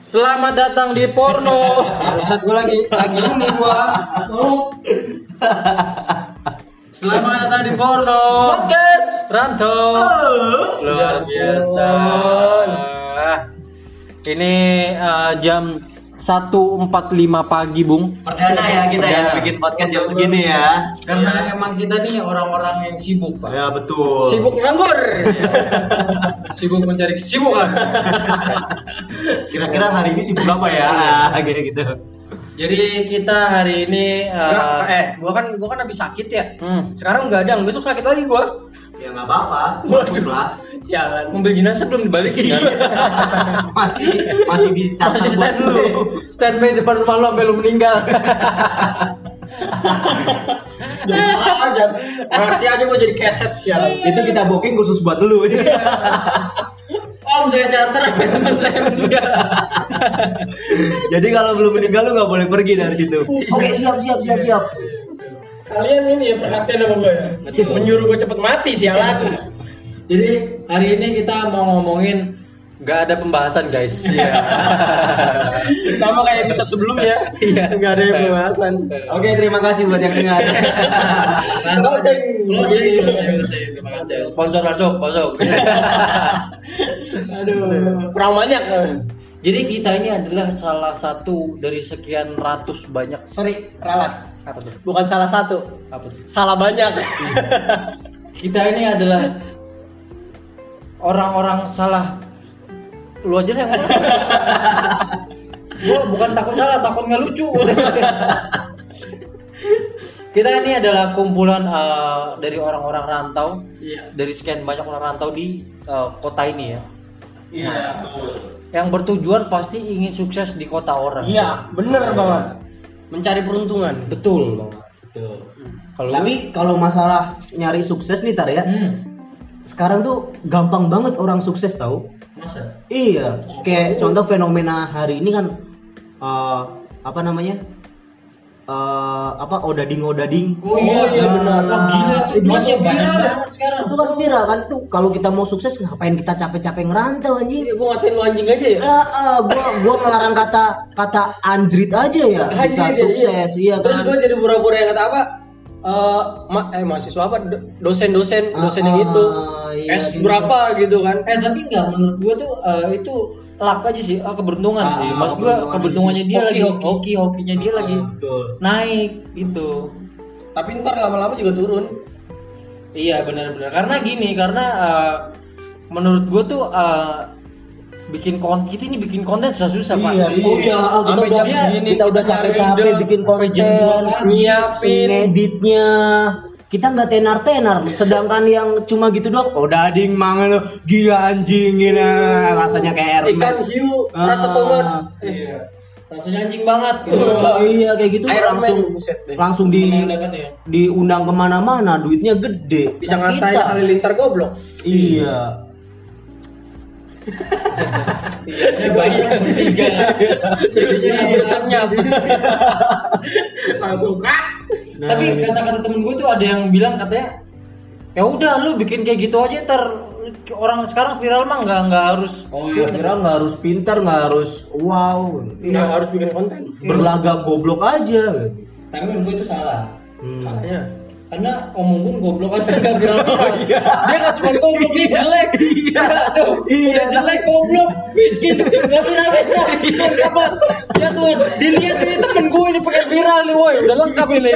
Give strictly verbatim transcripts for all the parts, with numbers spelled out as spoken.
Selamat datang di porno. Saat gue lagi lagi ini gua. Selamat datang di porno. Podcast Rantau. Luar biasa. Ini uh, jam satu empat puluh lima pagi, Bung. Perdana ya kita Perdana. ya bikin podcast jam segini ya. Karena emang kita nih orang-orang yang sibuk, Pak. Ya betul. Sibuk nganggur. Sibuk mencari kesibukan. Kira-kira hari ini sibuk apa ya? Ah, kayak gitu. Jadi kita hari ini uh, Nggak, eh, gua kan gua kan habis sakit ya. hmm, Sekarang begadang, besok sakit lagi gua. Ya nggak apa-apa. Bagus lah. Jalan mobil jenazah belum dibalikin kan? Masih masih dicatat Masih buat standby, lu. standby depan rumah lo sampai lo meninggal. Aja. Masih aja gua jadi keset sialan. Itu kita booking khusus buat lu. Om saya charter sampai teman saya meninggal. Jadi kalau belum meninggal lu nggak boleh pergi dari situ. Oke, siap siap siap siap. Kalian ini ya perhatian sama gua ya. Menyuruh gua cepet mati sialan. Jadi hari ini kita mau ngomongin nggak ada pembahasan guys. Iya. Sama kayak episode sebelumnya. Iya. Enggak ada yang pembahasan. Oke, terima kasih buat yang dengar. Langsung Closing. closing, closing, closing. Terima kasih. Sponsor masuk, masuk. Aduh, kurang banyak. Jadi kita ini adalah salah satu dari sekian ratus banyak. Sorry, ralat. Apa tuh? Bukan salah satu, Apa tuh? salah banyak. Kita ini adalah orang-orang salah. Lu aja yang ngomong. Gua bukan takut salah, takut nggak lucu. Kita ini adalah kumpulan uh, dari orang-orang rantau, Iya. dari sekian banyak orang rantau di uh, kota ini ya. Iya, betul. Yang bertujuan pasti ingin sukses di kota orang. Iya, bener banget. Mencari peruntungan. Betul banget. Betul. Kalau Tapi kalau masalah nyari sukses nih Tar ya, hmm, sekarang tuh gampang banget orang sukses tahu. masa? Iya, kayak contoh fenomena hari ini kan eh, apa namanya? Eh, apa odading odading. Oh iya, iya Nah, benar. Wah gila tuh, itu masih kan banyak viral. banget sekarang. Itu kan viral kan tuh. Kalau kita mau sukses ngapain kita capek-capek ngerantau anjing? Iya, gua ngatain lu anjing aja ya. Ah, ah, gua gua ngelarang kata kata anjrit aja ya bisa Anjing, iya, sukses, iya Terus kan? gua jadi pura-pura yang kata apa? Eh, ma- eh mahasiswa apa? Do- Dosen-dosen, dosen yang Ah, itu. iya, S gitu. berapa gitu kan? Eh tapi enggak, menurut gua tuh eh, itu luck aja sih, ah, keberuntungan Ah, sih. Mas gua keberuntungan keberuntungannya sih. dia Hoki, lagi, hoki. hoki hokinya dia Ah, lagi betul. naik gitu. Tapi ntar lama-lama juga turun. Iya benar-benar. Karena gini, karena eh, menurut gua tuh eh, bikin konten kita ini bikin konten susah-susah Pak. Iya, oh iya, oh, kita Sampai udah jam segini kita udah kita nyari capek-capek ide, bikin sampai jam dua konten, pagi. Nyiapin. ngeditnya. Kita nggak tenar-tenar, sedangkan yang cuma gitu doang, oh dading mangan lu, gila anjing ini, rasanya kayak air Ikan hiu, rasa tomat. Iya. Rasanya anjing banget gitu. Oh, iya kayak gitu Iron Man, langsung buset deh. langsung di Menandakan ya. diundang kemana-mana, duitnya gede. Bisa Nah, ngatain kita- halilintar goblok. Iya. Iya, bayi yang bertiga. Terus dia langsung senyap. Langsung kak. Nah, Tapi iya. kata-kata temen gue tuh ada yang bilang katanya, ya udah lu bikin kayak gitu aja ntar orang sekarang viral mah nggak nggak harus. Oh iya, kira nggak harus pintar, nggak harus wow, Nggak harus bikin konten. berlagak goblok aja. Tapi menurut gue itu salah. Hmm. Makanya. Karena Om Unggun goblok aja nggak viral-viral. Dia nggak cuma goblok, dia jelek. Iya. Tuh, Iya. udah jelek goblok, miskin, nggak viral-viral. Kan kapan? Ya Tuhan, dilihat ini temen gue ini pengen viral nih, woi, udah lengkap ini.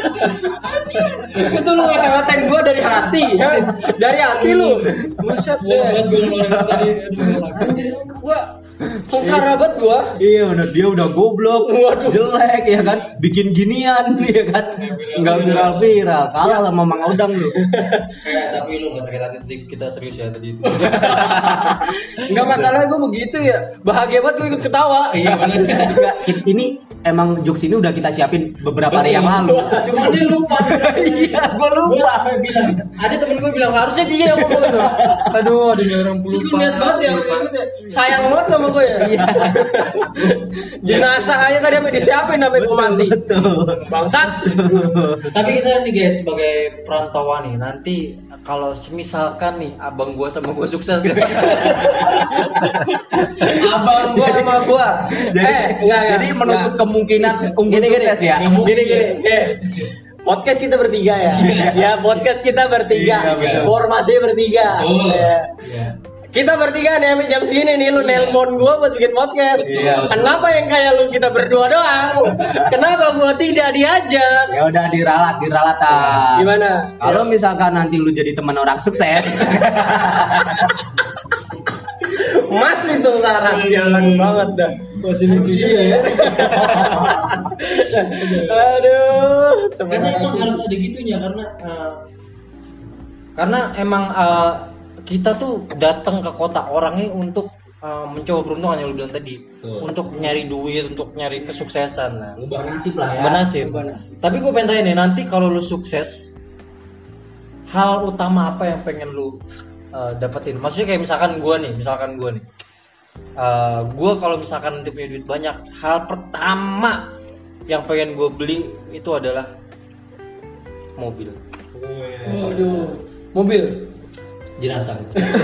Itu lu ngata-ngatain gua dari hati, ya? Dari hati lu. Buset Gue banget deh. gue ngeluarin itu tadi. Aduh, Gua sengsara banget gua. Iya benar, dia udah goblok, Waduh. jelek ya kan, bikin ginian ya kan, nggak viral-viral, kalah sama Mang Odang lu. Eh, tapi lu nggak sakit hati, kita serius ya tadi itu. Enggak masalah gua begitu ya. Bahagia banget gua ikut ketawa. Iya benar. Nggak, ini emang jokes ini udah kita siapin beberapa hari yang lalu. Cuma dia lupa. Iya, gua Gue lupa. sampai bilang, ada temen gue bilang harusnya dia yang ngomong itu. Aduh, ada orang Sih lupa. lu niat banget ya, ikut ya. Sayang banget sama gua ya. Iya. Jenazah aja tadi sampai disiapin sampai gua mati. Betul. Bangsat. Tapi kita nih guys sebagai perantauan nih, nanti kalau semisalkan nih abang gua sama gua sukses gitu. Abang gua sama gua. Jadi, eh, enggak, jadi enggak, menutup enggak. kemungkinan unggul Gini, gini. sukses ya. Gini gini. Eh. Podcast kita bertiga ya. Ya, podcast kita bertiga. Iya, betul. Formasi bertiga. Oh. Ya. Iya. Kita bertiga nih sampai jam segini nih lu nelpon gua buat bikin podcast. Iya, betul. Kenapa yang kayak lu kita berdua doang? Kenapa gua tidak diajak? Ya udah diralat, diralat ah. Gimana? Kalau misalkan nanti lu jadi teman orang sukses, Masih sengsara sialan banget dah. Masih lucu juga ya. Aduh, teman Karena orang emang sukses. harus ada gitunya karena uh, karena emang uh, kita tuh datang ke kota orangnya untuk uh, mencoba peruntungan yang lu bilang tadi, Betul. untuk nyari duit, untuk nyari kesuksesan. Nah, ubah nasib lah ya. Bernasib. Ubah nasib. Tapi gue pengen tanya nih, nanti kalau lu sukses, hal utama apa yang pengen lu uh, dapetin? Maksudnya kayak misalkan gue nih, misalkan gue nih, uh, gue kalau misalkan nanti punya duit banyak, hal pertama yang pengen gue beli itu adalah mobil, Waduh, mobil. jenazah.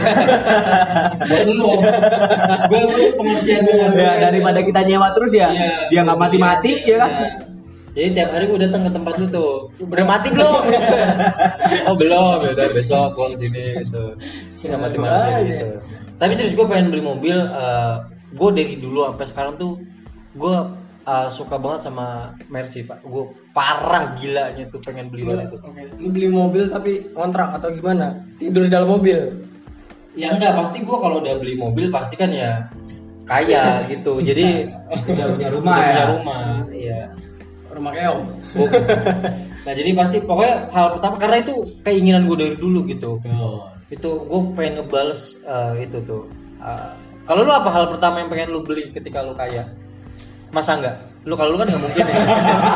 Buat lu, gue gue pengertian gue. Ya, daripada kita nyewa terus ya, Iya, dia nggak mati-mati ya kan. Iya. Jadi tiap hari gue datang ke tempat lu tuh, udah mati belum? Oh belum, ya udah besok gue kesini gitu. Nggak mati-mati gitu. Tapi serius gue pengen beli mobil. Uh, gue dari dulu sampai sekarang tuh gue uh, suka banget sama Mercy pak. Gue parah gilanya tuh pengen beli banget itu. Oke, lu beli mobil tapi kontrak atau gimana? Tidur di dalam mobil. Ya enggak, pasti gue kalau udah beli mobil pasti kan ya kaya gitu. Jadi Udah punya rumah udah ya. punya rumah, iya. Rumah keong. Nah jadi pasti pokoknya hal pertama karena itu keinginan gue dari dulu gitu. Itu gue pengen ngebales uh, itu tuh. Uh, kalau lu apa hal pertama yang pengen lu beli ketika lu kaya? Masa enggak? Lu kalau lu kan nggak mungkin ya.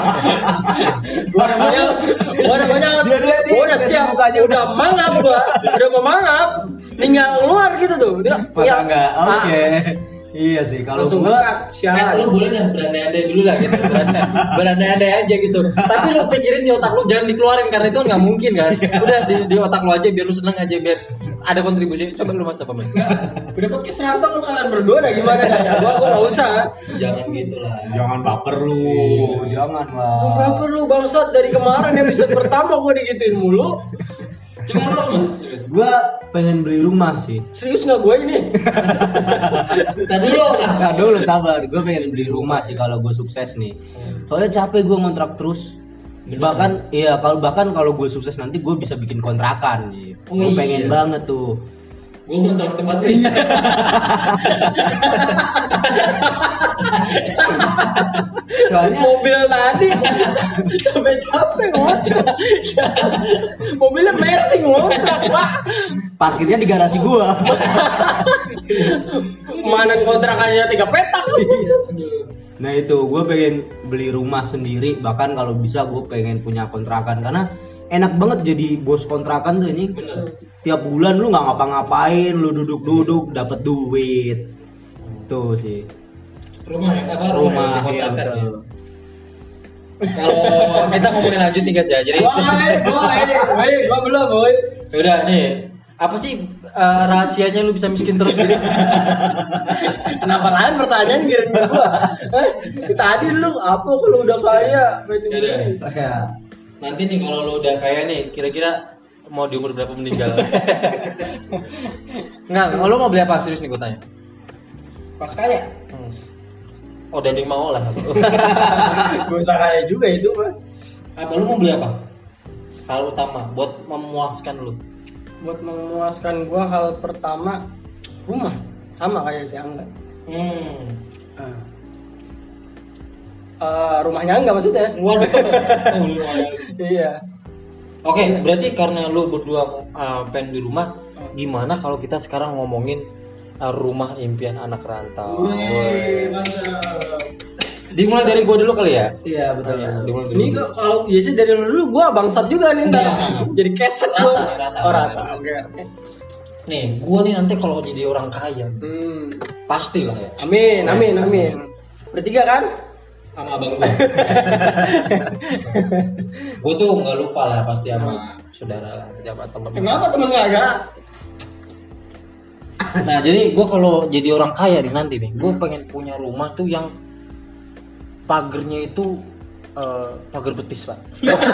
Gua namanya, gua namanya, Dia- dia- dia- gua udah dia siap, mukanya udah mangap gua, udah mau mangap, tinggal keluar gitu tuh. Dia, Masa ya, enggak? Oke. ah, Iya sih kalau langsung gua buka, Eh, sialan. lu boleh dah berandai-andai dulu lah gitu, berandai- berandai-andai aja gitu. Tapi lu pikirin di otak lu jangan dikeluarin karena itu kan nggak mungkin kan. Udah di, di otak lu aja biar lu seneng aja biar ada kontribusi. Coba lu mas apa mas? Udah podcast rantau lu kalian berdua dah gimana ya? Gua gua nggak usah. Jangan gitulah. jangan baper lu, Iya. jangan lah. Berapa lu bangsat dari kemarin episode pertama gua digituin mulu. Coba lu mas. Terus. Gua pengen beli rumah sih. Serius nggak gua ini? Tadi lu ah. Nah dulu sabar, gue pengen beli rumah sih kalau gue sukses nih. Soalnya capek gue ngontrak terus. Bahkan iya kalau bahkan kalau gue sukses nanti gue bisa bikin kontrakan gitu. Oh, Gue iya. pengen banget tuh. Gue ngontrak tempat ini. Soalnya Mobil tadi sampai capek ngontrak. Mobilnya Mercy ngontrak, Pak. parkirnya di garasi gue. Mana kontrakannya tiga petak. Nah itu gue pengen beli rumah sendiri. Bahkan kalau bisa gue pengen punya kontrakan karena enak banget jadi bos kontrakan tuh ini. Bener. Tiap bulan lu nggak ngapa-ngapain, lu duduk-duduk dapat duit. Tuh sih. Rumah ya, apa rumah, Rumah yang ya, dikontrakan ya. betul. Kalau kita ngomongin lanjut nih guys ya, jadi Boy, boy, boy, gua belum, boy. udah nih, apa sih uh, rahasianya lu bisa miskin terus gitu? Kenapa kalian pertanyaan kirim ke gua? Eh, tadi lu apa kalau udah kaya? Yaudah. Ya. Nanti nih kalau lu udah kaya nih, kira-kira mau di umur berapa meninggal? Enggak, lu mau beli apa serius nih gue tanya? Pas kaya. Hmm. Oh, danding mau lah. Gua usah kaya juga itu, Mas. Apa lu mau beli apa? Hal utama buat memuaskan lu. Buat memuaskan gua hal pertama rumah. Sama kayak si Angga. Hmm. Ah. Eh, rumahnya Angga maksudnya. Waduh. Oh, lumayan. Iya. Oke, berarti karena lu berdua uh, pengen di rumah, gimana kalau kita sekarang ngomongin uh, rumah impian anak rantau? Wih, mantap. Dimulai dari gua dulu kali ya? Iya betul. Iya, dimulai dari Ini gua kok kalau biasanya dari lu dulu gua bangsat juga nih ntar. Iya. Jadi keset Rata, gua. rata, Oh, rata. rata. Oke, oke. Nih, gua nih nanti kalau jadi orang kaya, Hmm. pasti lah ya. Amin, amin, amin. Bertiga kan? sama abang gue. Gue tuh nggak lupa lah pasti sama saudara lah, sama temen. Kenapa temen nggak agak? Nah jadi gue kalau jadi orang kaya nih nanti nih, gue pengen punya rumah tuh yang pagernya itu uh, pagar betis pak.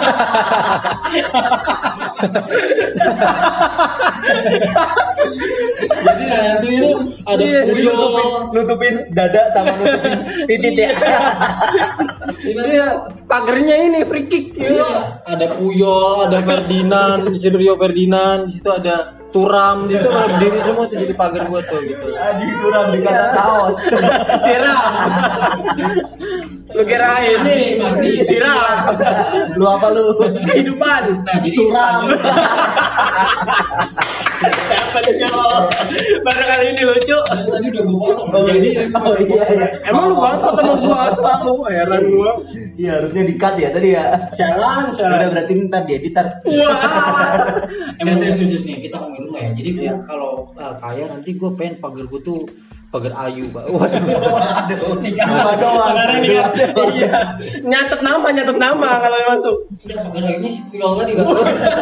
Jadi nah, itu itu ada Iya, jadi puyol, nutupin, nutupin dada sama nutupin titik ya. Iya, pagernya ini free kick. iya, ada Puyol, ada Ferdinand, di situ Rio Ferdinand, di situ ada Turam, di situ ada berdiri semua tuh jadi pagar gua tuh gitu. Aji kurang dikata saus. Kira. Lu kira ini siram. Lu apa lu? Kehidupan. Nah, jadi Suram. Siapa nih jawab? Baru kali ini lucu. tadi udah gua potong. Oh jadi iya, oh iya, iya. Emang lu bangsat sama gua selalu heran gua. Iya, harusnya di-cut ya tadi ya. Sialan, Udah sialan. berarti ntar di editor. Wah. emang serius serius nih kita ngomongin rumah ya. Jadi gua kalau uh, kaya nanti gua pengen pagar gua tuh pagar ayu, Pak. Waduh. Dua doang. Sekarang ini kan, iya. Nyatet nama, nyatet nama kalau yang masuk. Enggak pagar ayunya si Puyol tadi kan.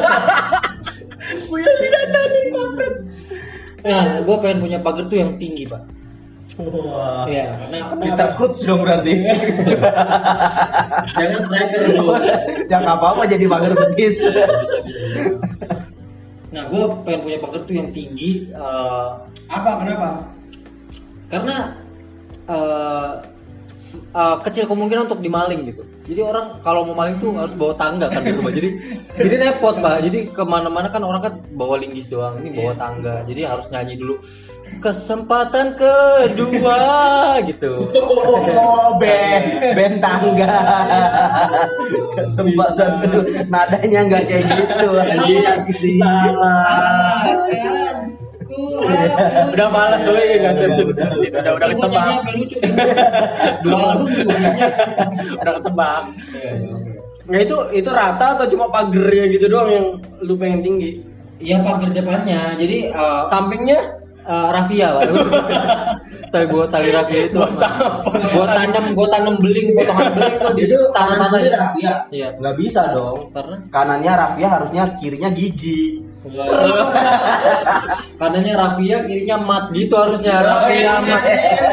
Punya tidak tadi kampret. Nah, gua pengen punya pagar tuh yang tinggi, Pak. Wah. Iya, nah, Peter Coach dong berarti. jangan striker dulu. Ya nggak apa-apa jadi pagar betis. Bisa, bisa, bisa. Nah, gue pengen punya pagar tuh yang tinggi, uh, Apa? Kenapa? karena uh, uh, kecil kemungkinan untuk dimaling gitu. Jadi orang kalau mau maling tuh harus bawa tangga kan di rumah. Jadi jadi repot pak. Jadi kemana-mana kan orang kan bawa linggis doang, ini bawa tangga. Jadi harus nyanyi dulu. Kesempatan kedua gitu. Oh, ben, ben tangga. Kesempatan kedua. Nadanya nggak kayak gitu. Iya, salah. Udah malas woy, enggak terus udah udah udah ketebak. Lucu. Dua album juga nyanyi. Udah ketebak. Nah itu itu rata atau cuma pagernya gitu doang yang lu pengen tinggi? Iya pagar depannya. Jadi uh, Sampingnya Uh, rafia pak, tali gua tali rafia itu, gua tanam gua tanam beling potongan beling tuh di Itu tanah kanan kiri tanah. Rafia. Iya. Nggak bisa dong. Karena Kanannya Rafia harusnya kirinya gigi. kanannya rafia, kirinya mat gitu harusnya rafia mat.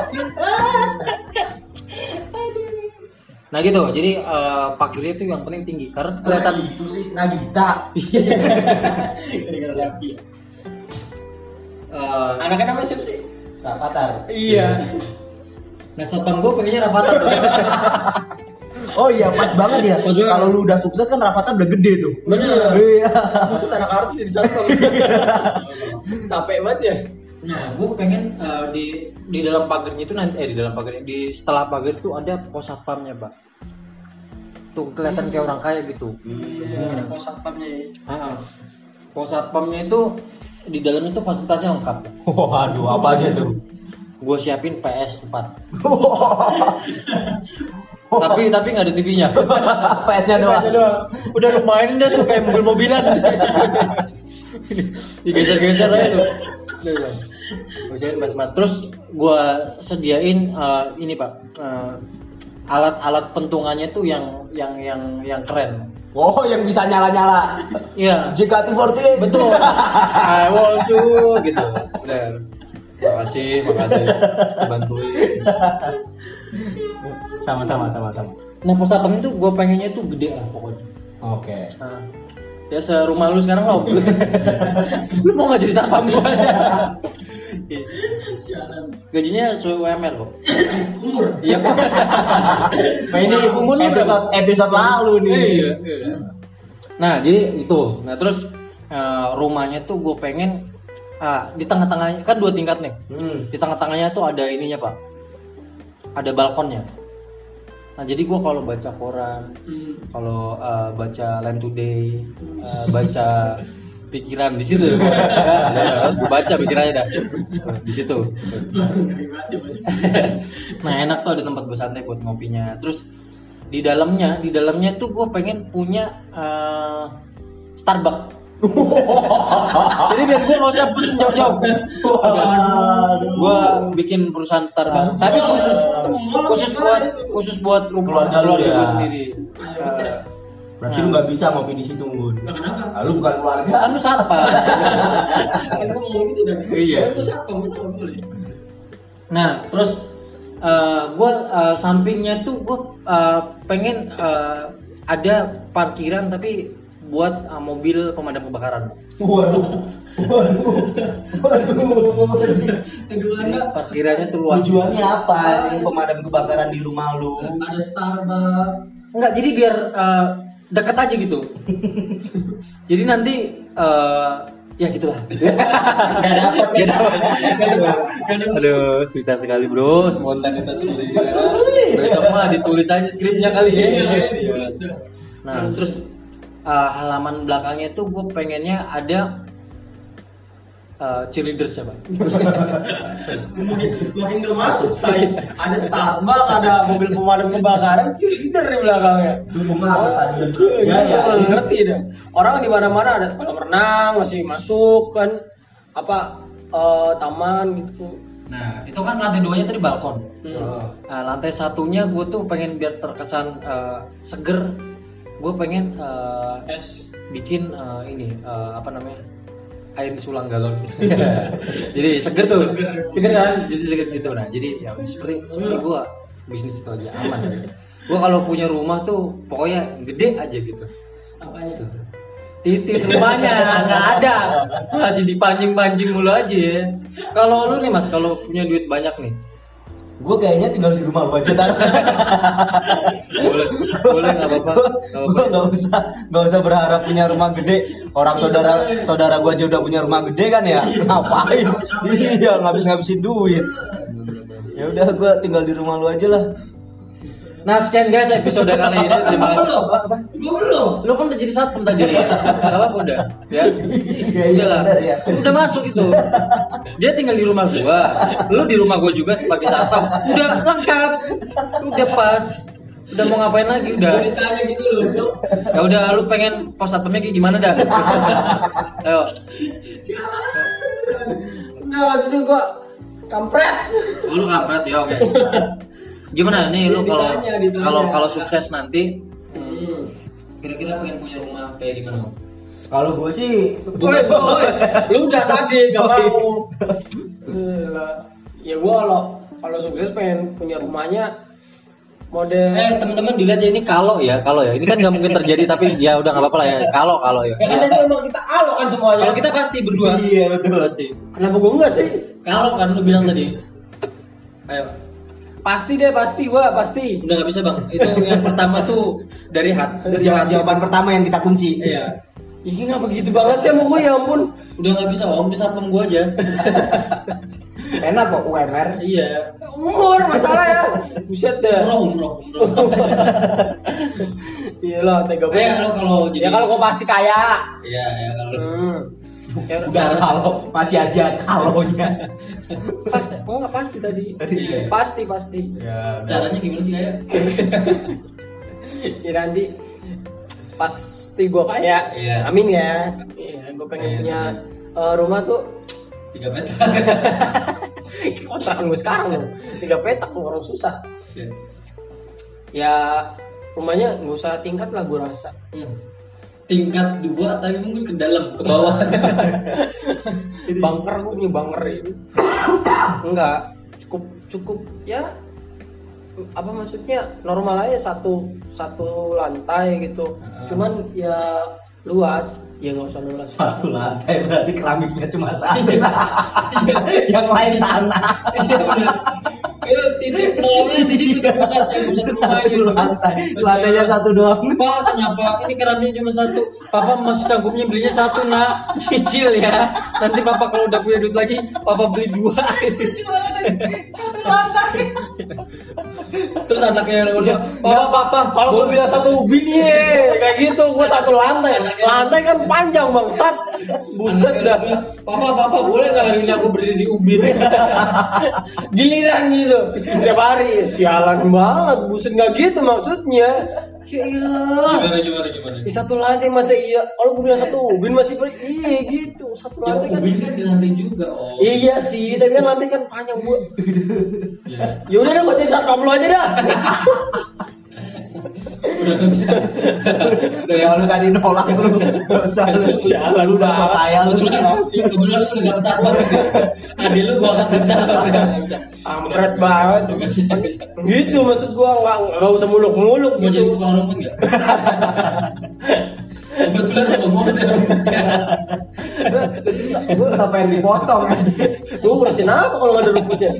Nah gitu, jadi uh, pagarnya itu yang paling tinggi karena kelihatan. Itu sih Nagita. Uh, anaknya namanya siapa sih? Rafathar. Iya. nah satpam gua pengennya Rafathar. Oh iya, pas banget ya. Pas banget. Kalau lu udah sukses kan Rafathar udah gede tuh. Bener. Iya. Maksud anak artis di sana. Capek banget ya. Nah, gue pengen uh, di di dalam pagarnya itu nanti eh di dalam pagarnya di setelah pagar itu ada pos satpamnya, Pak. Tuh kelihatan kayak orang kaya gitu. Iya, ada pos satpamnya ya. Heeh. Pos satpamnya itu di dalamnya itu fasilitasnya lengkap. Waduh, apa aja tuh? Gue siapin P S empat. tapi tapi nggak ada T V-nya. P S-nya doang. P S-nya doang. Udah lumayan dah tuh kayak mobil-mobilan. Digeser-geser aja tuh. Gue siapin P S empat. Terus gue sediain uh, ini Pak. Uh, alat-alat pentungannya tuh yang yang yang yang keren. Oh, yang bisa nyala-nyala. Iya. J K T empat delapan. Betul. I want you gitu. Benar. Makasih, makasih. Bantuin. Sama-sama, sama-sama. Nah, pos satpam itu gue pengennya tuh gede lah pokoknya. Oke. Nah, ya serumah lu sekarang lo. Lu mau nggak jadi satpam gue aja? Gajinya sesuai U M R kok. Iya. Nah, ini Umur lu episode episode lalu nih. Iya, iya. Nah, jadi itu. Nah, terus uh, rumahnya tuh gue pengen ah, di tengah-tengahnya kan dua tingkat nih. Hmm. Di tengah-tengahnya tuh ada ininya, Pak. Ada balkonnya. Nah, jadi gue kalau baca koran, Hmm. kalau uh, baca Line Today, uh, baca pikiran di situ. Gue baca pikirannya dah. Di situ. Nah, enak tuh ada tempat gue santai buat ngopinya. Terus di dalamnya, di dalamnya tuh gue pengen punya uh, Starbucks. Jadi biar gue nggak usah pesen jauh-jauh. Gue bikin perusahaan Starbucks, tapi khusus khusus buat khusus buat Keluarga lu keluarga ya. gue sendiri. Berarti lu nggak bisa ngopi di situ, Bun. Kenapa? Ah, lu bukan keluarga. Kan lu satpam. Kan gua ngomong gitu kan. Iya. Gua satpam, masa nggak boleh. Nah, terus uh, gue uh, sampingnya tuh gue uh, pengen uh, ada parkiran tapi buat uh, mobil pemadam kebakaran. Waduh. Waduh. Waduh. Tujuannya Parkirannya tuh luas. Tujuannya apa? Ini pemadam kebakaran di rumah lu. ada Starbucks. Enggak, jadi biar uh, deket aja gitu. Jadi nanti uh, ya gitulah. Gak dapat, gak dapat. Aduh, susah sekali bro, spontanitas seperti ini. Besok mah ditulis aja skripnya kali ya. Nah, terus uh, halaman belakangnya tuh gue pengennya ada uh, cheerleaders ya bang. Makin gak masuk saya. Ada Starbucks, ada mobil pemadam kebakaran, cheerleader di belakangnya. Di rumah ada stadion. Ya ya, ngerti deh. Orang di mana-mana ada kolam renang masih masuk kan, apa eh, taman gitu. Nah, itu kan lantai duanya tadi balkon. Hmm. Nah, lantai satunya gue tuh pengen biar terkesan uh, seger. Gue pengen uh, Es. bikin uh, ini uh, apa namanya air sulang galon. Jadi seger tuh, seger kan, jadi seger situ. Nah, jadi ya seperti seperti gue bisnis itu aja aman. Gue kalau punya rumah tuh pokoknya gede aja gitu. Apa itu? Titik rumahnya nggak ada, masih dipancing-pancing mulu aja. Ya. Kalau lu nih mas, kalau punya duit banyak nih, Gue kayaknya tinggal di rumah lu aja tar. boleh, boleh nggak apa-apa. Nggak Gue nggak usah nggak usah berharap punya rumah gede. Orang saudara saudara gue aja udah punya rumah gede kan ya. Ngapain? Iya ngabis ngabisin duit. Ya udah gue tinggal di rumah lu aja lah. Nah sekian guys episode kali ini, terima kasih. Apa? Gue belum. Lu kan udah jadi satpam tadi, nggak apa-apa udah, ya. Iya iya Udah lah, benar ya. udah masuk itu. Dia tinggal di rumah gua, lu di rumah gua juga sebagai satpam, udah lengkap, udah pas. Udah mau ngapain lagi udah? Udah ditanya gitu loh, Cok. Ya udah, lu pengen pos satpamnya kayak gimana dah? Ayo. Enggak maksudnya gua kampret. Oh, lu kampret ya, oke. Gimana nih lu kalau Ditanya, ditanya. kalau kalau sukses nanti Hmm. kira-kira pengen punya rumah kayak gimana? Kalau gue sih Woi, woi, lu udah tadi gak mau. Gila. Ya gua kalau kalau sukses pengen punya rumahnya model Eh teman-teman dilihat ya, ini kalau ya, kalau ya. Ini kan nggak mungkin terjadi tapi ya udah nggak apa-apa lah ya. Kalau kalau ya. ya kan tadi emang kita alo kan semuanya. Kalau kita pasti berdua. Iya betul. Pasti. Kenapa gua enggak sih? Kalau kan lu bilang tadi. Ayo. Pasti deh, pasti gua pasti. Udah nggak bisa bang. Itu yang pertama tuh dari hati. Dari Jawaban, hati. jawaban pertama yang kita kunci. Iya. Ih nggak begitu banget sih sama gua, ya ampun. Udah nggak bisa om, di satpam gua aja. Enak kok U M R. Iya. Umur masalah ya. Buset deh. Umroh umroh umroh. Iya lah, tega Eh banget. kalau kalau jadi. Ya kalau gua pasti kaya. Iya ya kalau. Hmm. Ya, Udah kalau masih aja kalonya. pasti. Oh nggak pasti tadi. Iya. Pasti pasti. Ya, udah. Caranya gimana sih kayak? Ya nanti pasti gua kaya. Iya. Amin ya. Iya, gua pengen Iya, punya amin. eh, rumah tuh Tiga meter. kontrakan gue sekarang loh. Tiga petak tuh orang susah. Iya. Ya rumahnya nggak usah tingkat lah gua rasa. Hmm. Tingkat dua tapi mungkin ke dalam ke bawah. Bunker gue punya bunker itu. Enggak, cukup cukup ya apa maksudnya normal aja satu satu lantai gitu. Uh-huh. Cuman ya luas, ya nggak usah luas. Satu lantai berarti keramiknya cuma satu. Yang lain tanah. Itu titik nolnya di situ di pusat yang pusat Satu rumahnya. lantai. Lantainya satu doang. Pak, kenapa? Ini keramiknya cuma satu. Papa masih sanggupnya belinya satu nak, cicil ya. Nanti papa kalau udah punya duit lagi, papa beli dua. Satu lantai. Terus anaknya udah, papa papa, Kalau gue bilang satu ubin ye, kayak gitu, gue satu lantai. Lantai kan panjang bangsat. Buset dah. Papa papa boleh nggak hari ini aku berdiri di ubin? Giliran gitu. Tiap hari sialan banget. Buset nggak gitu maksudnya. Ya iya. Gimana gimana gimana? Di satu lantai masa iya? Kalau gue bilang satu ubin masih ber iya gitu. Satu Ya, lantai kan. ubin kan di lantai juga, oh. Iya sih, tapi kan lantai kan panjang bu. Iya. Ya udah dah, gue jadi satpam lu aja dah. Udah nggak bisa. Udah nggak Kalau bisa. tadi nolak lu, nggak usah lu. Sialan Lu udah so banget. kaya lu. Kebetulan kebetulan lu nggak dapat apa gitu. Adil lu gua angkat bentar, nggak bisa. Ampret banget. Nggak bisa, nggak bisa. Gitu maksud gua, nggak nggak usah muluk-muluk Mau jadi gitu. tukang rumput nggak? Kebetulan lu mau ada Gue apa yang dipotong aja. Gue ngurusin apa kalau nggak ada rumputnya?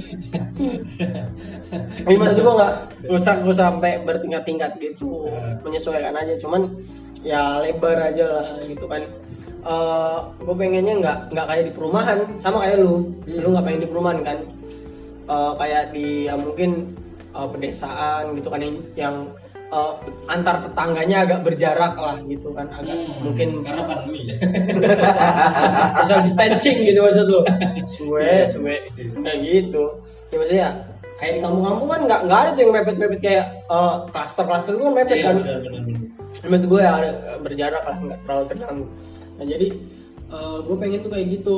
Ini maksud gue nggak usah gue sampai bertingkat-tingkat gitu, menyesuaikan aja. Cuman ya lebar aja lah gitu kan. Uh, gue pengennya nggak nggak kayak di perumahan, sama kayak lu. Lu nggak pengen di perumahan kan? Uh, kayak di ya mungkin uh, pedesaan gitu kan, yang, yang uh, antar tetangganya agak berjarak lah gitu kan, agak Hmm, mungkin karena pandemi ya. social distancing gitu maksud lu. Suwe, suwe kayak gitu. Ya maksudnya kayak di kampung-kampung kan nggak nggak ada tuh yang mepet-mepet kayak uh, klaster-klaster itu kan mepet Iya, kan. benar, benar, benar. Maksud gue ya ada- berjarak lah, nggak terlalu terganggu. Nah jadi uh, gue pengen tuh kayak gitu.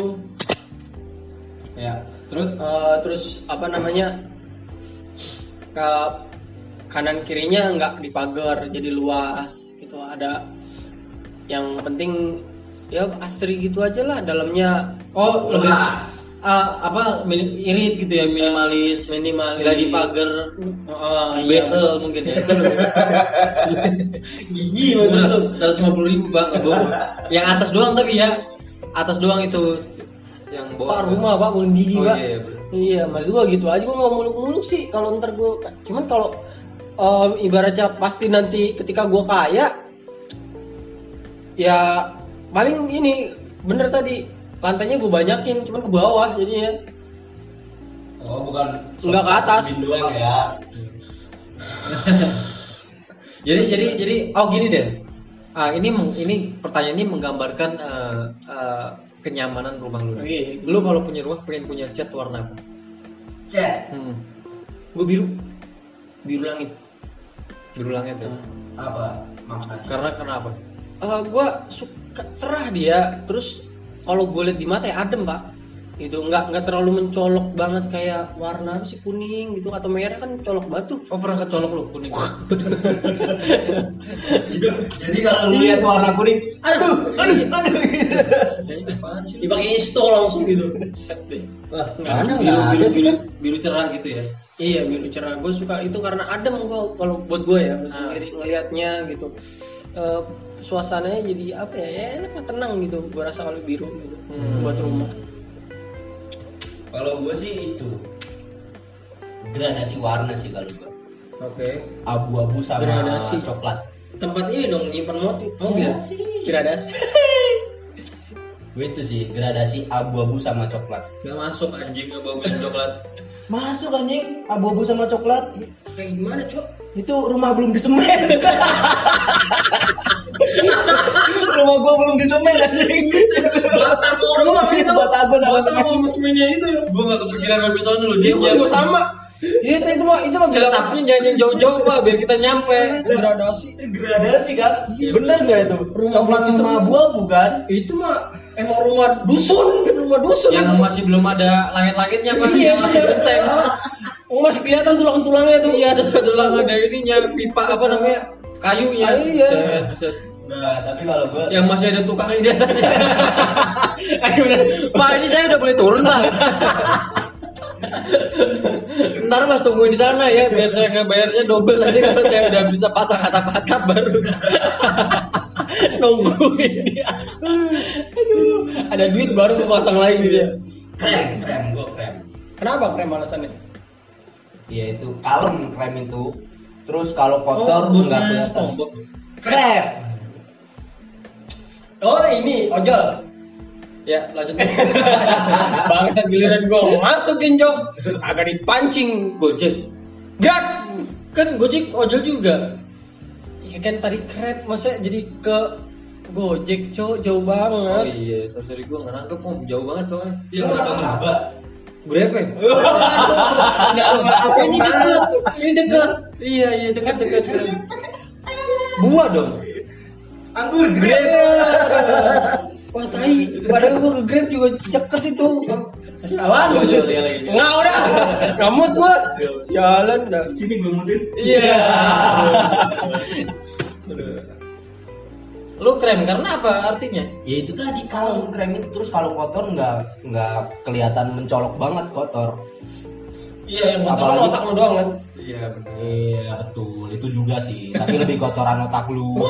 Ya terus uh, terus apa namanya, ke kanan kirinya nggak dipagar, jadi luas gitu. Ada yang penting ya asri gitu aja lah dalamnya. Oh, lebih Luas. ah, apa minim- irit gitu ya, minimalis, Minimalis. nggak dipagar, Oh, B L mungkin ya. Gigi maksud lu. Seratus lima puluh ribu bang, nggak bohong. Yang atas doang tapi ya, atas doang itu, yang Pak bawah. rumah pak bukan gigi Oh, pak. iya, iya, bener. Iya maksud gua gitu aja, gua nggak muluk-muluk sih kalau ntar gua. Cuman kalau um, ibaratnya pasti nanti ketika gua kaya, ya paling ini bener tadi lantainya gua banyakin, cuman ke bawah jadinya. Oh, bukan Nggak ke atas. Ubin doang ya. Jadi jadi jadi oh gini deh. Ah ini meng- ini pertanyaan ini menggambarkan eh, eh, kenyamanan rumah lu. Oke. Lu kalau punya rumah pengen punya cat warna apa? Cek. Hmm. Gua biru, biru langit. Biru langit ya. Apa maknanya? Karena kenapa? Eh gua suka cerah dia, terus kalau gue lihat di mata ya adem pak. Itu nggak nggak terlalu mencolok banget kayak warna apa sih, kuning gitu atau merah kan colok batu. Oh pernah kecolok lu kuning? Jadi kalau lu lihat warna kuning, Aduh, aduh, aduh. Apaan sih lu? Dipakai isto langsung gitu. Set deh. wah, Nggak, mana biru, nggak biru, ada biru, kita? biru cerah gitu ya. Iya biru cerah. Gue suka itu karena adem gue kalau buat gue ya Ah. sendiri ngelihatnya gitu. Eh, suasananya jadi apa ya? Ya enak lah, tenang gitu. Gue rasa kalau biru gitu Hmm. buat rumah. Kalau gue sih itu gradasi warna sih kalau gue. Oke. Abu-abu sama Gradasi. coklat. Tempat ini dong nyimpan motif. Mobil. Gradasi. Gue itu sih gradasi abu-abu sama coklat. Gak masuk anjing abu-abu dan coklat. Masuk anjing abu-abu sama coklat. Kayak gimana cok? Itu rumah belum disemen. Rumah gua belum disemen anjing. Batako doang itu. Batako sama Batako sama semennya itu ya. Gue gak kepikiran sampai sana lu. Iya gue juga sama. Iya itu itu mah itu mah bilang Setapnya jangan yang jauh-jauh pak, biar kita nyampe. gradasi. Gradasi kan? Iya. Bener nggak itu? Rumah Coklat belum sama disemen. abu-abu kan? Itu mah emang rumah dusun, rumah dusun. Yang itu. masih belum ada langit-langitnya pak, Iya yang masih bener. genteng. Oh, masih kelihatan tulang-tulangnya tuh. Iya, ada tulang ada ininya, pipa apa namanya, kayunya. Ah, iya. Set, set. Nah, tapi kalau gua Yang masih ada tukang di atasnya. Ayo bener. Pak, ini saya udah boleh turun pak. Ntar mas tungguin di sana ya, biar saya nggak bayarnya double nanti kalau saya udah bisa pasang atap-atap baru. Nungguin dia. Aduh, ada duit baru mau pasang lagi gitu ya. krem, krem gua krem. Kenapa krem alasannya? Iya itu kalem krem itu. Terus kalau kotor Oh, nggak bosnya kelihatan. SpongeBob. Krem. Oh ini ojol. Ya, lanjut. Bangsat giliran gua masukin jokes agak dipancing. Gojek. Gerak. Kan Gojek ojol juga. Ya kan tadi krep masa jadi ke Gojek cowok jauh Oh banget. iya, so sorry gue nggak nangkep om, jauh banget soalnya. Iya kenapa kenapa? Grepe. Ini langsung Ini dekat, masuk. ini dekat. Iya iya dekat dekat. Buah dong. Anggur Grape. Wah tai, padahal gua ke Grape juga ceket itu. Sialan. Coba coba lihat lagi. Enggak udah. Ngamut gua. Sialan dah. Sini gue mutin. Iya. Lu krem karena apa artinya? Ya itu tadi kalau krem itu terus kalau kotor nggak nggak kelihatan mencolok banget kotor. Iya, yang kotor Apalagi- otak lu doang kan. Iya benar. Iya betul itu juga sih. Tapi lebih kotoran otak lu.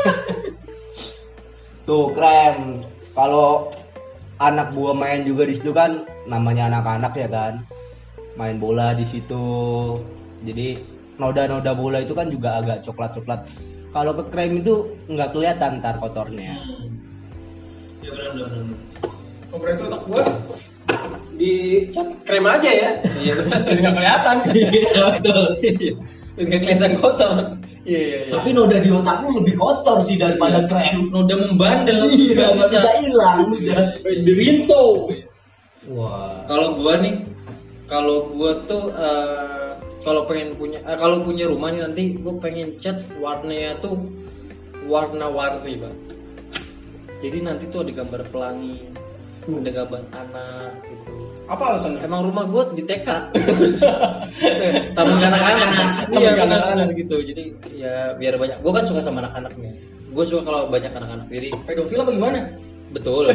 Tuh krem. Kalau anak buah main juga di situ kan namanya anak-anak ya kan. Main bola di situ. Jadi noda-noda bola itu kan juga agak coklat-coklat. Kalau ke krem itu nggak kelihatan ntar kotornya. Ya benar benar. Oh, berarti otak gua di cat krem aja ya. Iya benar. Jadi nggak kelihatan. Iya betul. Enggak kelihatan kotor. Iya iya iya. Tapi noda di otak lu lebih kotor sih daripada krem. Noda membandel. Iya nggak bisa hilang. Udah. Di Rinso. Wah. Kalau gua nih, kalau gua tuh eh, kalau pengen punya, eh, kalau punya rumah nih nanti gua pengen cat warnanya tuh warna-warni bang. Jadi nanti tuh ada gambar pelangi, ada gambar anak gitu. Apa alasannya? Emang rumah gua di T K, taman anak-anak, iya Taman anak-anak anak-anak. gitu. Jadi ya biar banyak. Gua kan suka sama anak-anaknya. Gua suka kalau banyak anak-anak. Jadi Pedofil apa gimana? betul.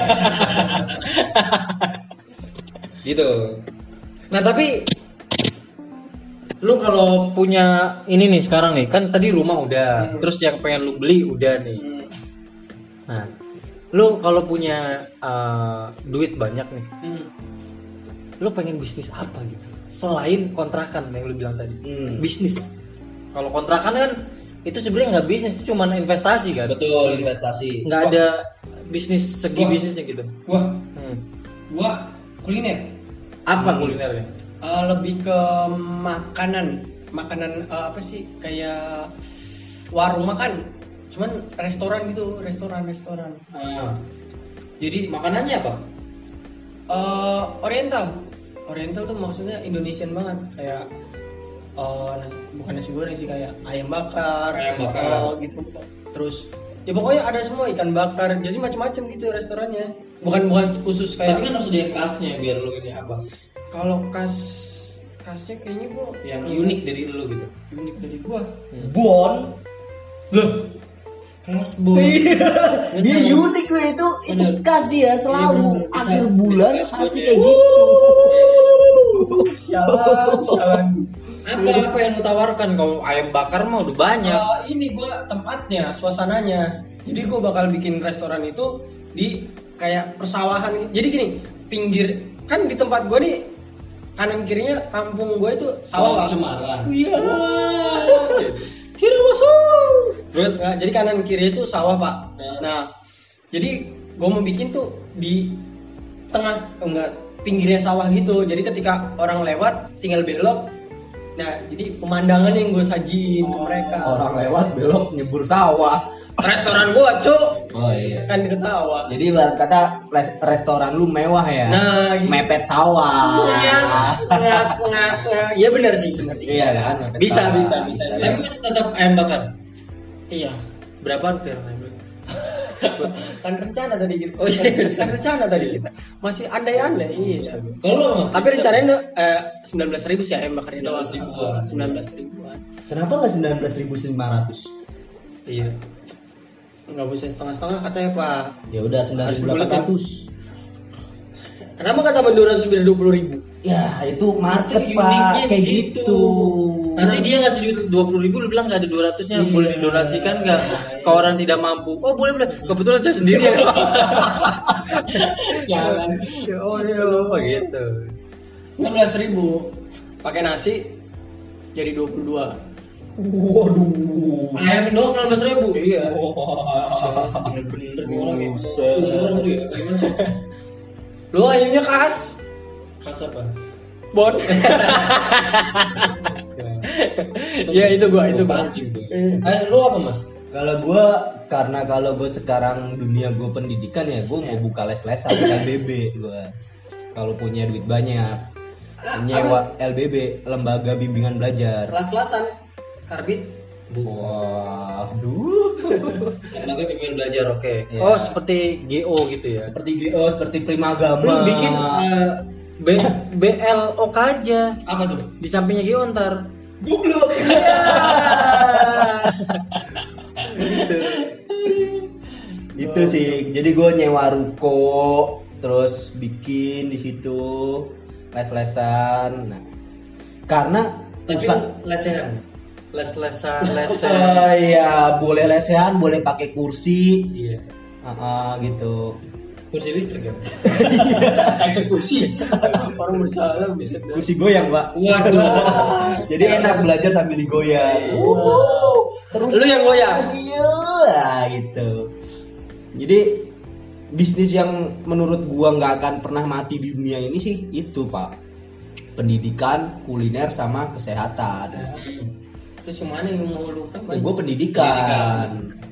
Gitu. Nah tapi lu kalau punya ini nih sekarang nih kan tadi rumah udah, Hmm. terus yang pengen lu beli udah nih. Hmm. Nah, lu kalau punya uh, duit banyak nih, Hmm. lu pengen bisnis apa gitu? Selain kontrakan yang lu bilang tadi, Hmm. bisnis. Kalau kontrakan kan itu sebenarnya nggak bisnis, itu cuma investasi kan. Betul investasi. Nggak ada bisnis segi Wah. bisnisnya gitu. Gua Hmm. gua kuliner. Apa Hmm. kulinernya? Eh, lebih ke makanan, makanan eh, apa sih kayak warung makan, cuman restoran gitu, restoran restoran. Ah. Jadi Makanannya apa? eh, Oriental, Oriental tuh maksudnya Indonesian banget, kayak eh, nasi, bukan nasi goreng sih, kayak ayam bakar, Ayam bakar. eh, gitu. Terus ya pokoknya ada semua ikan bakar, jadi macam-macam gitu restorannya. Bukan bukan khusus kayak. Tapi kan harus ada yang khasnya biar lu ini apa? Kalau khas khasnya kayaknya gua Yang unik dari lu gitu. unik dari gua. Bon. Loh, Khas bu. Dia unik gue itu itu Bener. khas dia selalu Iya, bener. Bisa- akhir bulan bisa khas pasti buat kayak dia. gitu. sialan, sialan. Apa apa yang lu tawarkan? Kalau ayam bakar mah udah banyak. Eh, ini gua tempatnya, suasananya. Jadi gua bakal bikin restoran itu di kayak persawahan. Jadi gini, pinggir kan di tempat gua nih kanan kirinya kampung gua itu sawah. Pak. Cemaran. Iya. Tidak masuk. Terus? Nah, jadi kanan kiri itu sawah pak. Nah. Nah, jadi gue mau bikin tuh di tengah, oh, enggak pinggirnya sawah gitu. Jadi ketika orang lewat tinggal belok. Nah, jadi pemandangan yang gue sajiin ke mereka. Orang lewat belok nyebur sawah. Restoran gue, cuk. Oh iya. Kan deket sawah. Jadi ibarat kata res- restoran lu mewah ya. Nah, gitu. Mepet sawah. Iya, ngak, ngak, ngak. Iya benar sih, benar sih. Iya kan? Mepet Bisa, sawah. bisa, bisa. Tapi masih tetap ayam bakar. Iya. Berapaan Fir? ayam bakar? Kan rencana tadi kita. Oh iya, kan rencana tadi kita. Masih andai-andai. Iya. Kalau lu apa, Mas? Tapi rencananya eh, sembilan belas ribu sih ayam bakarnya doang. sembilan belas ribuan. sembilan belas ribuan. Kenapa nggak sembilan belas ribu lima ratus? Iya. Enggak bisa setengah-setengah katanya, Pak. Ya udah sembilan ribu delapan ratus. Kenapa kata Mandura sudah dua puluh ribu? Ya itu market Itu pak uniknya kayak di situ. gitu. Nanti dia ngasih duit dua puluh ribu, lu bilang nggak ada dua ratusnya, Iya. boleh didonasikan nggak ke orang tidak mampu? Oh boleh boleh. Kebetulan saya sendiri ya. Jangan. Oh iya lupa gitu. enam belas ribu. Pakai nasi jadi dua puluh dua. Waduh. Ayam Indo sembilan belas ribu. Iya. Bener-bener nih orang ya. Buset. Kurang lu ya. Gimana sih? Lu ayamnya khas. Khas apa? Bon. Iya itu gua, itu gua. pancing tuh. Eh. Eh, lu apa mas? Kalau gue karena kalau gue sekarang dunia gue pendidikan ya gue mau buka les-lesan L B B gue. Kalau punya duit banyak nyewa L B B lembaga bimbingan belajar. Las-lasan. Karbit. Waduh. Karena gue pengen belajar, oke. Iya. Oh, seperti G O gitu ya. Seperti G O, seperti Primagama. Lu bikin uh, B, B L O K aja. Apa tuh? Di sampingnya G O ntar. Goblok. gitu. Gitu sih. Jadi gue nyewa ruko, terus bikin di situ les-lesan. Nah, karena Tapi usa- lesehan. Les-lesan, lesehan. Oh iya, boleh lesehan, boleh pakai kursi. Iya. Ah, gitu. Kursi listrik kan? Eksekusi. Orang bersalah bisa. Kursi goyang, Pak. Waduh. Jadi enak belajar sambil digoyang. Uh, Terus lu yang goyang. Iya, gitu. Jadi bisnis yang menurut gua nggak akan pernah mati di dunia ini sih itu, Pak. Pendidikan, kuliner sama kesehatan. Terus yang mana yang mau lu tambah? Ya, gua pendidikan.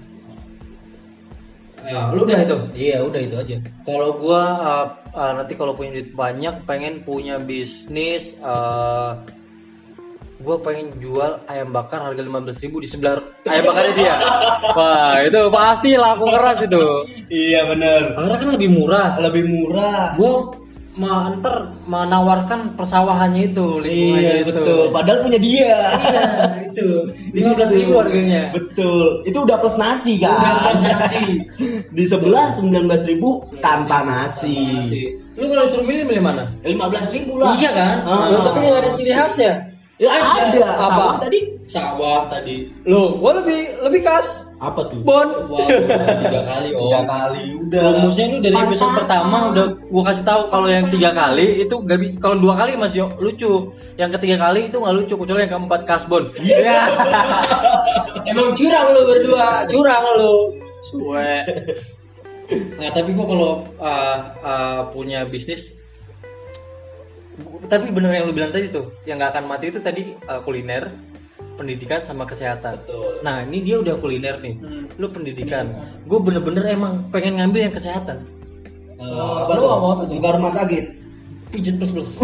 Ya, lu udah itu. Iya, udah itu aja. Kalau gua uh, uh, nanti kalau punya duit banyak pengen punya bisnis uh, gua pengen jual ayam bakar harga lima belas ribu di sebelah ayam bakarnya dia. Wah, itu pasti laku keras itu. Iya, bener. Karena kan lebih murah. Lebih murah. Gua ma ntar menawarkan persawahannya itu, Iya, lingkungannya itu. betul. Padahal punya dia. Iya, itu. lima belas ribu harganya. Betul. Itu udah plus nasi kan. Udah plus nasi. Di sebelah sembilan belas ribu tanpa nasi. Lu kalau disuruh milih milih mana? lima belas ribu lah. Iya kan? Ah. Loh, tapi nggak ada ciri khasnya. Ya, ada. Apa? Sawah tadi. Sawah tadi. Loh, gua lebih lebih khas. Apa tuh? Bon. Wah, tiga kali om. Tiga kali udah. Rumusnya itu dari episode pertama udah gua kasih tahu kalau yang tiga kali itu gak bisa, kalau dua kali masih lucu, yang ketiga kali itu nggak lucu kecuali yang keempat kasbon. Iya. Emang curang lu berdua, curang lu. Suwe. Nah tapi gua kalau uh, uh, punya bisnis, tapi bener yang lu bilang tadi tuh, yang nggak akan mati itu tadi uh, kuliner, pendidikan sama kesehatan. Betul. Nah ini dia udah kuliner nih, Hmm. lu pendidikan, gue bener-bener emang pengen ngambil yang kesehatan. Uh, Lu mau apa tuh? Buka rumah sakit. Pijet plus plus.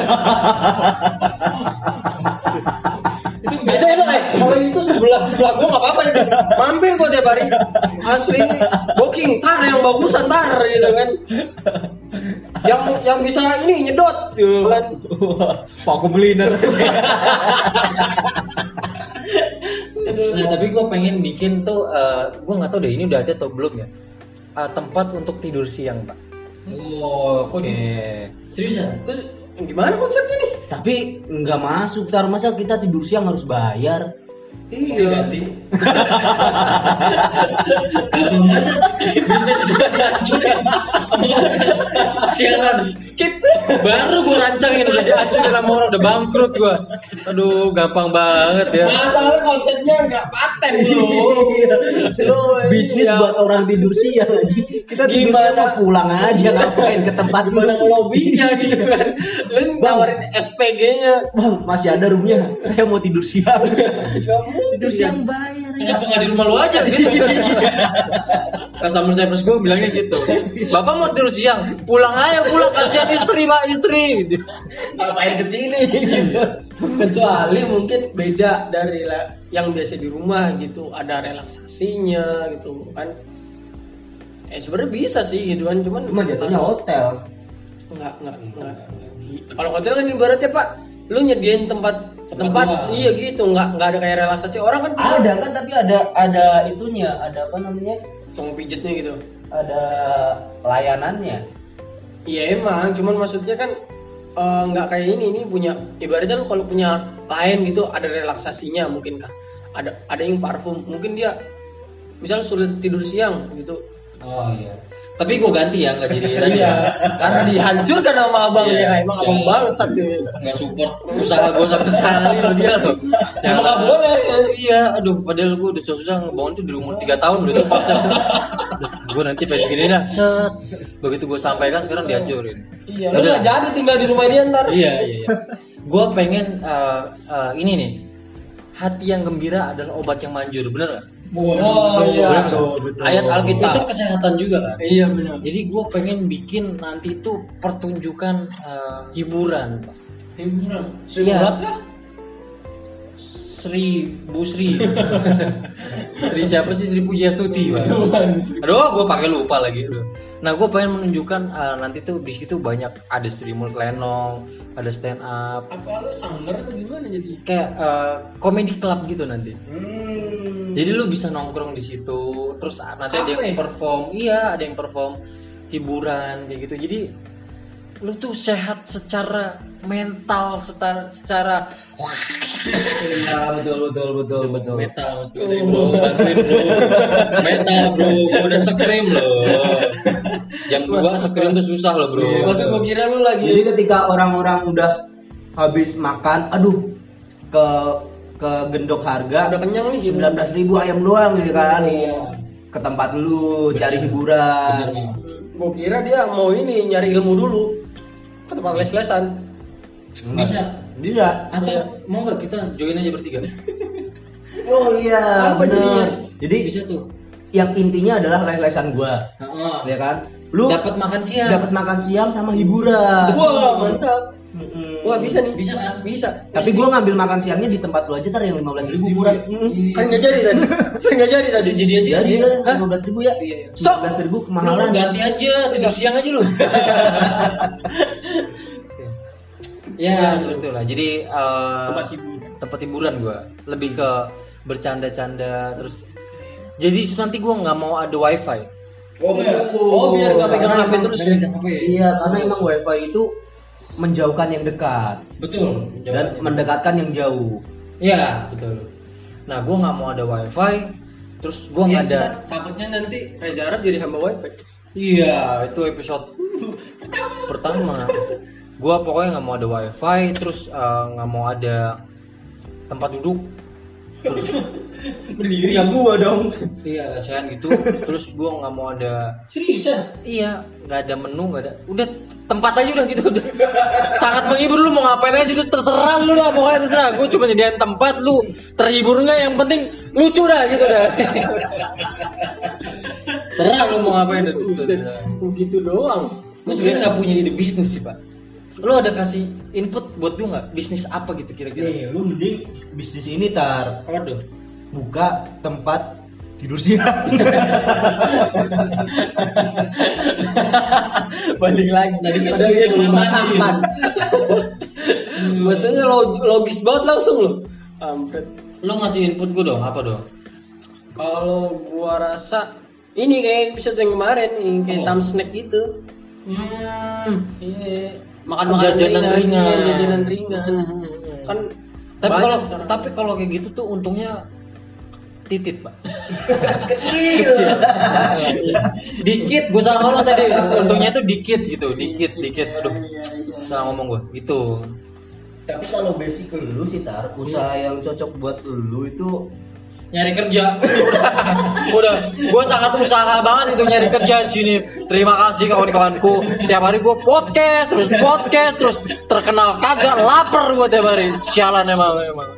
Itu itu itu eh kalau itu sebelah sebelah gua nggak apa-apa itu. Mampir gua tiap hari. Asli booking tar yang bagusan tar gitu kan. Yang yang bisa ini nyedot gitu kan. Paku kuliner. Nah tapi gue pengen bikin tuh, uh, gue nggak tahu deh ini udah ada atau belum ya, uh, tempat untuk tidur siang pak. Oh, oke. Seriusan? Terus gimana konsepnya nih? Tapi nggak masuk. Tar masa kita tidur siang harus bayar? Iya ganti. Ganti aja bisnis gue dihancurin. Sialan skip. Baru gue rancangin udah dihancurin sama orang, udah bangkrut gue. Aduh gampang banget ya. Masalahnya konsepnya nggak paten loh. Bisnis iya. buat orang tidur siang aja. Kita tidur Gimana? siang mau pulang aja, ngapain ke tempat Gimana ngelobinya gitu kan? Lu nawarin S P G-nya. Bang, masih ada roomnya. Saya mau tidur siang. Tidur Iya. siang bayar. Kenapa nggak di rumah lu aja gitu? Customer service gue bilangnya gitu. Bapak mau tidur siang, pulang aja pulang, kasihan istri pak istri gitu. Ngapain kesini? Kecuali mungkin beda dari la- yang biasa di rumah gitu, ada relaksasinya gitu kan. Eh sebenarnya bisa sih gitu kan, cuman Cuma jatuhnya hotel. enggak enggak enggak. Kalau hotel kan ibaratnya Pak, lu nyediain tempat tempat doang. iya gitu, enggak enggak ada kayak relaksasi orang kan. Ada kan, tapi ada ada itunya, ada apa namanya? Cuma pijetnya gitu. Ada layanannya. Iya emang, cuman maksudnya kan eh, nggak kayak ini, ini punya ibaratnya lu kalau punya klien gitu ada relaksasinya mungkin kah? Ada ada yang parfum, mungkin dia misal sulit tidur siang gitu. Oh iya. Tapi gue ganti ya, nggak jadi tadi Iya, ya. karena dihancurkan sama abangnya, Iya, emang siap. abang bangsat gitu. Nggak support usaha gue sampai sekali loh dia loh. Emang nggak boleh. Iya, aduh padahal gue udah susah ngebangun tuh di umur tiga tahun udah tuh konsep tuh. Gue nanti pengen gini dah, set. Begitu gue sampaikan sekarang dihancurin. Iya, lu Udah. nggak jadi tinggal di rumah dia ntar. Iya iya. iya. Gue pengen uh, uh, ini nih, hati yang gembira adalah obat yang manjur, bener nggak? Oh, Betul, iya. betul, betul. Ayat Alkitab itu kesehatan juga kan. Iya benar. Jadi gue pengen bikin nanti tuh pertunjukan uh, hiburan, Pak. Hiburan. Iya. Sebulat kah? Sri Bu Sri. Sri siapa sih? Sri Pujiastuti, Pak. Aduh, gue pakai lupa lagi. Aduh. Nah, gue pengen menunjukkan uh, nanti tuh di situ banyak ada Sri Mulut Lenong, ada stand up. Apa lu sangger atau gimana jadi? Kayak uh, comedy club gitu nanti. Hmm. Jadi lu bisa nongkrong di situ, terus nanti ada yang perform. Iya, ada yang perform hiburan kayak gitu. Jadi lu tuh sehat secara mental, secara secara Iya, betul betul betul betul. metal maksudnya bro, bantuin bro, metal bro, gua udah scream loh. Jam dua scream tuh susah loh bro. Maksud gua kira lu lagi. Jadi ketika orang-orang udah habis makan, aduh ke ke gendok harga Udah kenyang nih, sembilan belas ribu ayam doang gitu kan. Iya. Ke tempat lu cari hiburan. Gua kira dia mau ini nyari ilmu dulu ke tempat les-lesan. Bisa. Bisa. Atau mau nggak kita join aja bertiga? Oh iya, Apa jadinya? bener. Jadi Bisa tuh. yang intinya adalah les-lesan gua, Heeh. ya kan? Lu Dapat makan siang. dapat makan siang sama hiburan. Wah, mantap. Mm-mm. Wah, bisa nih. Bisa kan? Bisa. Tapi gua ngambil makan siangnya di tempat lu aja tar yang lima belas ribu murah. Mm. Kan nggak jadi tadi. Kan nggak jadi tadi. Jadi aja. Jadi kan lima belas ribu ya. Iya, iya. lima belas ribu Lu kemahalan. ganti aja, tidur siang aja lu. Ya seperti itulah. Jadi uh, Tempat hiburan. tempat hiburan gue lebih ke bercanda-canda terus. Jadi nanti gue nggak mau ada wifi. Oh betul. Oh, biar nggak pegang Karena H P emang- terus. Dari H P. Iya, karena emang wifi itu menjauhkan yang dekat Betul. dan jawabannya. mendekatkan yang jauh. Iya betul. Nah gue nggak mau ada wifi. Terus gue nggak ada. Kita takutnya nanti Reza Arab jadi hamba wifi. Iya itu episode pertama. Gue pokoknya nggak mau ada wifi. Terus eh, nggak mau ada tempat duduk. Berdiri ya gua dong. Iya lesehan gitu. Terus gue nggak mau ada. Seriusan? Iya, nggak ada menu, nggak ada. Udah tempat aja udah gitu. Udah. Sangat menghibur, lu mau ngapain aja itu terserah lu lah, pokoknya terserah. Gue cuma nyediain tempat, lu terhibur nggak, yang penting lucu dah gitu dah. Terserah lu mau ngapain itu. Begitu doang. Gue sebenarnya nggak punya ide bisnis sih pak. Lu ada kasih input buat gue nggak? Bisnis apa gitu kira-kira? Nih, lu mending bisnis ini tar Apa tuh? buka tempat tidur siang. Balik lagi. Tadi kan Padahal kita dia belum kemana-mana. makan. Maksudnya log- logis banget langsung loh. Ampret. Lu ngasih input gue dong, apa dong? Kalau gua rasa ini kayak episode yang kemarin, ini kayak Oh. tam snack gitu. Hmm. Iya, makan makanan Jajanan ringan. iya, jajanan ringan. Kan Tapi banyak kalau sekarang. tapi kalau kayak gitu tuh untungnya titit pak. kecil. Dikit, gue salah ngomong tadi. Untungnya tuh dikit gitu, dikit, dikit. Aduh, salah ngomong gue. Gitu. Tapi kalau basic lu sih tar, usaha yang cocok buat lu itu Nyari kerja. Udah, gue sangat usaha banget itu nyari kerja di sini. Terima kasih kawan-kawanku. Tiap hari gue podcast, terus podcast, terus terkenal kagak, lapar gue tiap hari. Sialan emang emang.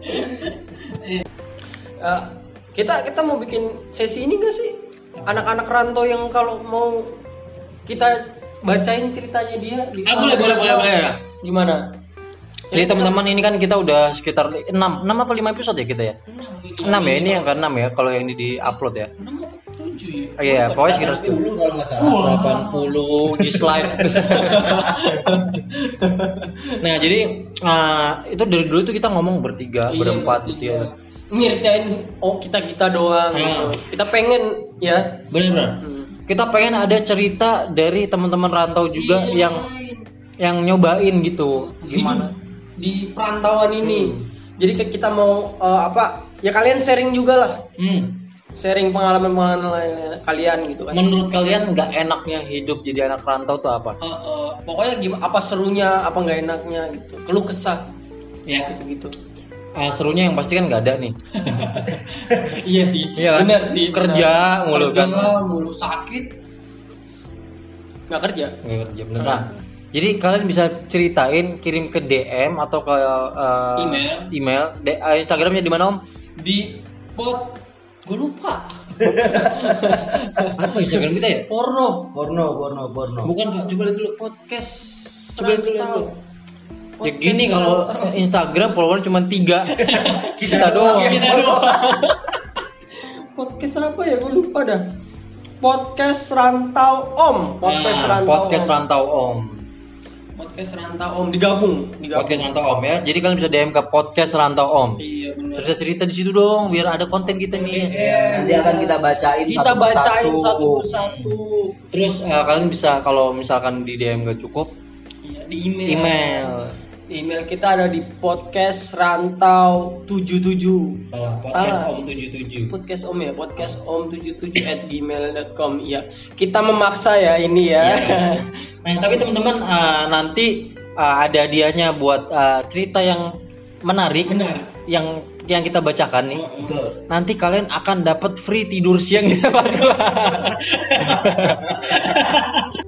Eh, kita kita mau bikin sesi ini nggak sih? Anak-anak rantau yang kalau mau kita bacain ceritanya dia. di- Ah, boleh, boleh, boleh, boleh. Gimana? Jadi teman-teman ini kan kita udah sekitar enam, enam apa lima episode ya kita ya? enam ya, ini yang keenam ya kalau yang ini di-upload ya. enam apa tujuh ya? Oh, iya, pokoknya sekitar dulu kalau nggak salah. delapan puluh di slide. Nah, jadi uh, itu dari dulu tuh kita ngomong bertiga, Iya, berempat bertiga. gitu ya. Nyeritain oh kita-kita doang Hmm. gitu. Kita pengen ya. Benar-benar. Hmm. Kita pengen ada cerita dari teman-teman rantau juga Iya, yang yang nyobain gitu. Gimana? hidup di perantauan ini. Hmm. Jadi kayak kita mau eh, apa? Ya kalian sharing juga lah. Hmm. Sharing pengalaman-pengalaman kalian gitu kan. Menurut kalian nggak enaknya hidup jadi anak rantau tuh apa? Eh, eh, pokoknya gimana apa serunya, apa nggak enaknya gitu. Keluh kesah Ya. gitu-gitu. Ah, serunya yang pasti kan nggak ada nih. Iya sih. Iya kan? Benar sih. Kerja benar. mulu kan. Kerja mulu sakit. Nggak kerja. Nggak kerja bener. Nah, jadi kalian bisa ceritain, kirim ke D M atau ke uh, Email. email. D- uh, Instagramnya di mana om? Di pot gue lupa. Apa Instagram kita ya? Porno. Porno, porno, porno. Bukan pak, coba lihat dulu. Podcast. Coba lihat dulu, lihat Rantau. dulu. Ya gini kalau Instagram follower cuma tiga. Kita doang. Kita doang. Podcast apa ya? Gue lupa dah. Podcast Rantau Om. Podcast Nah, Rantau podcast Om. Rantau Om. Podcast Rantau Om digabung, digabung. Podcast Rantau Om ya. Jadi kalian bisa D M ke podcast Rantau Om. Iya benar. Cerita-cerita di situ dong biar ada konten kita nih. Nanti akan kita bacain Kita satu bacain persatu. satu persatu. Terus eh, kalian bisa kalau misalkan di D M gak cukup, Iya, di email. email. Di email kita ada di podcast rantau tujuh tujuh. Salah, podcast Salah. Om tujuh tujuh. Podcast Om ya, podcast om tujuh tujuh at gmail dot com. Iya. Kita memaksa ya ini ya. Nah, tapi teman-teman eh, nanti eh, ada hadiahnya buat eh, cerita yang menarik. Benar. Yang yang kita bacakan nih. Betul. Nanti kalian akan dapat free tidur siang di tempat gua.